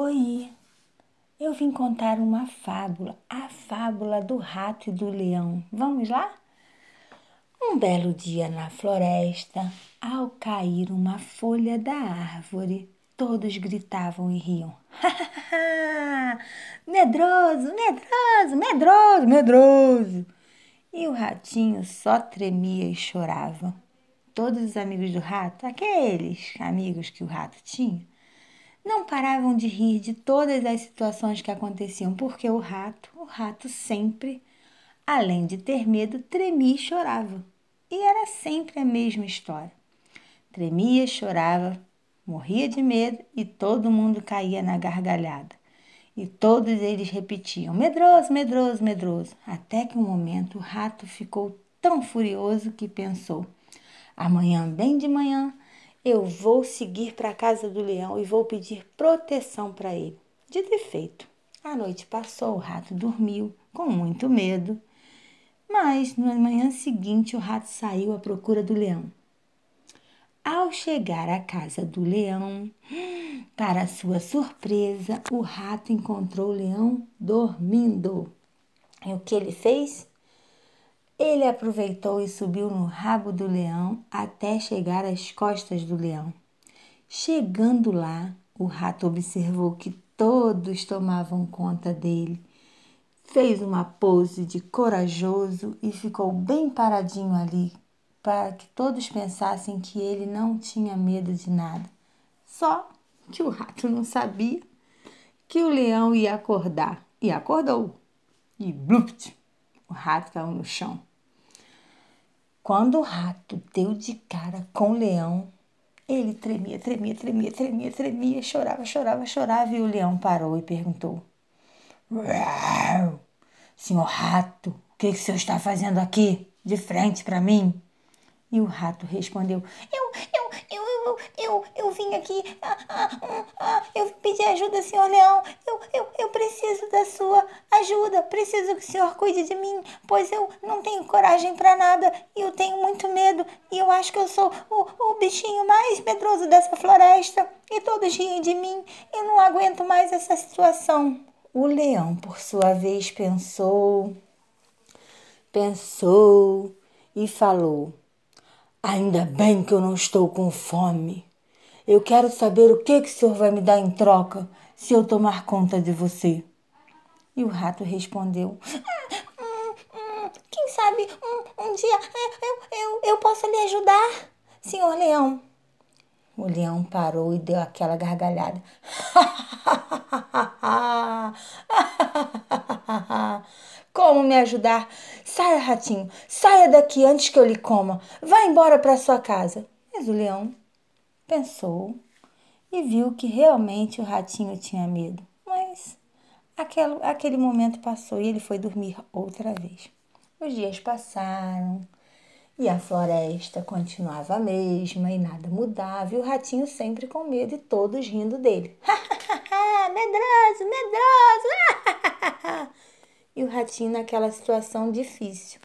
Oi, eu vim contar uma fábula, a fábula do rato e do leão. Vamos lá? Um belo dia na floresta, ao cair uma folha da árvore, todos gritavam e riam. Medroso, medroso, medroso, medroso! E o ratinho só tremia e chorava. Todos os amigos do rato, aqueles amigos que o rato tinha, não paravam de rir de todas as situações que aconteciam, porque o rato sempre, além de ter medo, tremia e chorava. E era sempre a mesma história. Tremia, chorava, morria de medo e todo mundo caía na gargalhada. E todos eles repetiam, medroso, medroso, medroso. Até que um momento o rato ficou tão furioso que pensou, amanhã, bem de manhã, eu vou seguir para a casa do leão e vou pedir proteção para ele. Dito e feito. A noite passou, o rato dormiu com muito medo. Mas na manhã seguinte o rato saiu à procura do leão. Ao chegar à casa do leão, para sua surpresa, o rato encontrou o leão dormindo. E o que ele fez? Ele aproveitou e subiu no rabo do leão até chegar às costas do leão. Chegando lá, o rato observou que todos tomavam conta dele. Fez uma pose de corajoso e ficou bem paradinho ali, para que todos pensassem que ele não tinha medo de nada. Só que o rato não sabia que o leão ia acordar. E acordou. E blupt, o rato caiu no chão. Quando o rato deu de cara com o leão, ele tremia, tremia, tremia, tremia, tremia, chorava, chorava, chorava e o leão parou e perguntou: Senhor rato, o que o senhor está fazendo aqui, de frente para mim? E o rato respondeu: Eu vim aqui, eu vim pedir ajuda, senhor leão. Eu preciso da sua ajuda, preciso que o senhor cuide de mim, pois eu não tenho coragem para nada e eu tenho muito medo. E eu acho que eu sou o bichinho mais medroso dessa floresta e todos riem de mim. Eu não aguento mais essa situação. O leão, por sua vez, pensou e falou: ainda bem que eu não estou com fome. Eu quero saber o que o senhor vai me dar em troca se eu tomar conta de você. E o rato respondeu: quem sabe um dia eu possa lhe ajudar, senhor leão. O leão parou e deu aquela gargalhada. Como me ajudar? Saia, ratinho, saia daqui antes que eu lhe coma. Vá embora para sua casa. Mas o leão pensou e viu que realmente o ratinho tinha medo. Mas aquele momento passou e ele foi dormir outra vez. Os dias passaram e a floresta continuava a mesma e nada mudava. E o ratinho sempre com medo e todos rindo dele. Medroso, medroso! E o ratinho naquela situação difícil.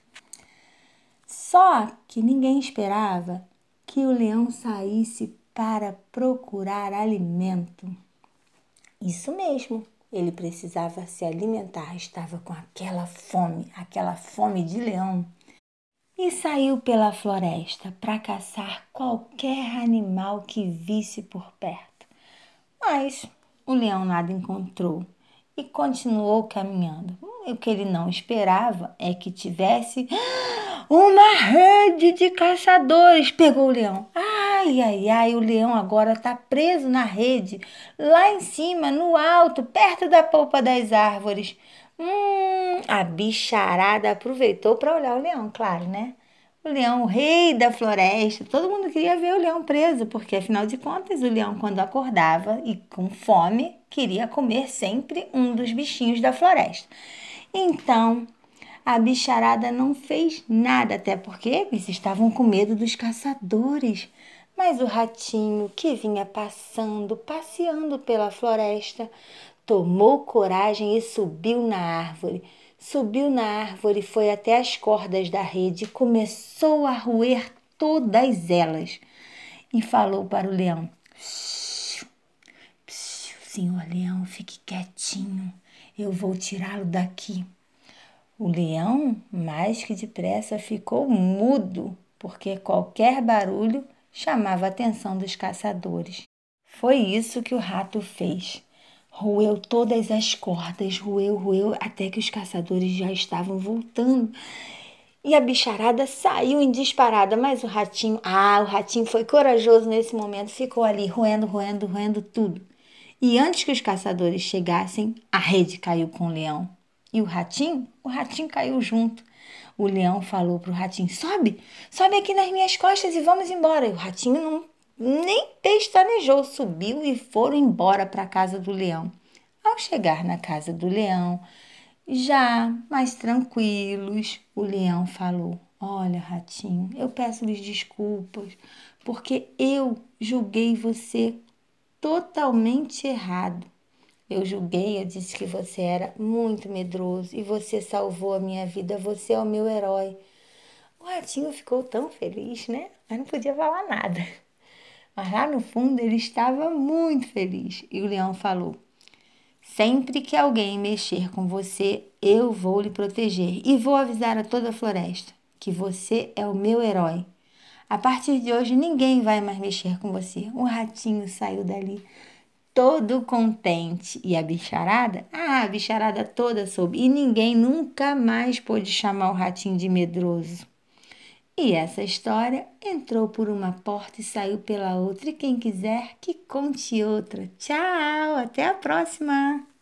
Só que ninguém esperava que o leão saísse para procurar alimento. Isso mesmo, ele precisava se alimentar, estava com aquela fome de leão. E saiu pela floresta para caçar qualquer animal que visse por perto. Mas o leão nada encontrou e continuou caminhando. O que ele não esperava é que tivesse uma rede de caçadores. Pegou o leão. Ai, ai, ai, o leão agora está preso na rede, lá em cima, no alto, perto da polpa das árvores. A bicharada aproveitou para olhar o leão, claro, né? O leão, o rei da floresta, todo mundo queria ver o leão preso, porque afinal de contas o leão, quando acordava e com fome, queria comer sempre um dos bichinhos da floresta. Então, a bicharada não fez nada, até porque eles estavam com medo dos caçadores. Mas o ratinho, que vinha passeando pela floresta, tomou coragem e subiu na árvore. Subiu na árvore, foi até as cordas da rede e começou a roer todas elas. E falou para o leão: senhor leão, fique quietinho, eu vou tirá-lo daqui. O leão, mais que depressa, ficou mudo, porque qualquer barulho chamava a atenção dos caçadores. Foi isso que o rato fez. Roeu todas as cordas, roeu, até que os caçadores já estavam voltando. E a bicharada saiu em disparada, mas o ratinho foi corajoso nesse momento, ficou ali roendo tudo. E antes que os caçadores chegassem, a rede caiu com o leão. E o ratinho caiu junto. O leão falou pro ratinho: sobe aqui nas minhas costas e vamos embora. E o ratinho nem pestanejou, subiu e foram embora para a casa do leão. Ao chegar na casa do leão, já mais tranquilos, o leão falou: olha, ratinho, eu peço-lhes desculpas, porque eu julguei você totalmente errado. Eu disse que você era muito medroso e você salvou a minha vida, você é o meu herói. O ratinho ficou tão feliz, né? Mas não podia falar nada. Mas lá no fundo ele estava muito feliz. E o leão falou: sempre que alguém mexer com você, eu vou lhe proteger e vou avisar a toda a floresta que você é o meu herói. A partir de hoje, ninguém vai mais mexer com você. O ratinho saiu dali todo contente. E a bicharada toda soube. E ninguém nunca mais pôde chamar o ratinho de medroso. E essa história entrou por uma porta e saiu pela outra. E quem quiser que conte outra. Tchau, até a próxima!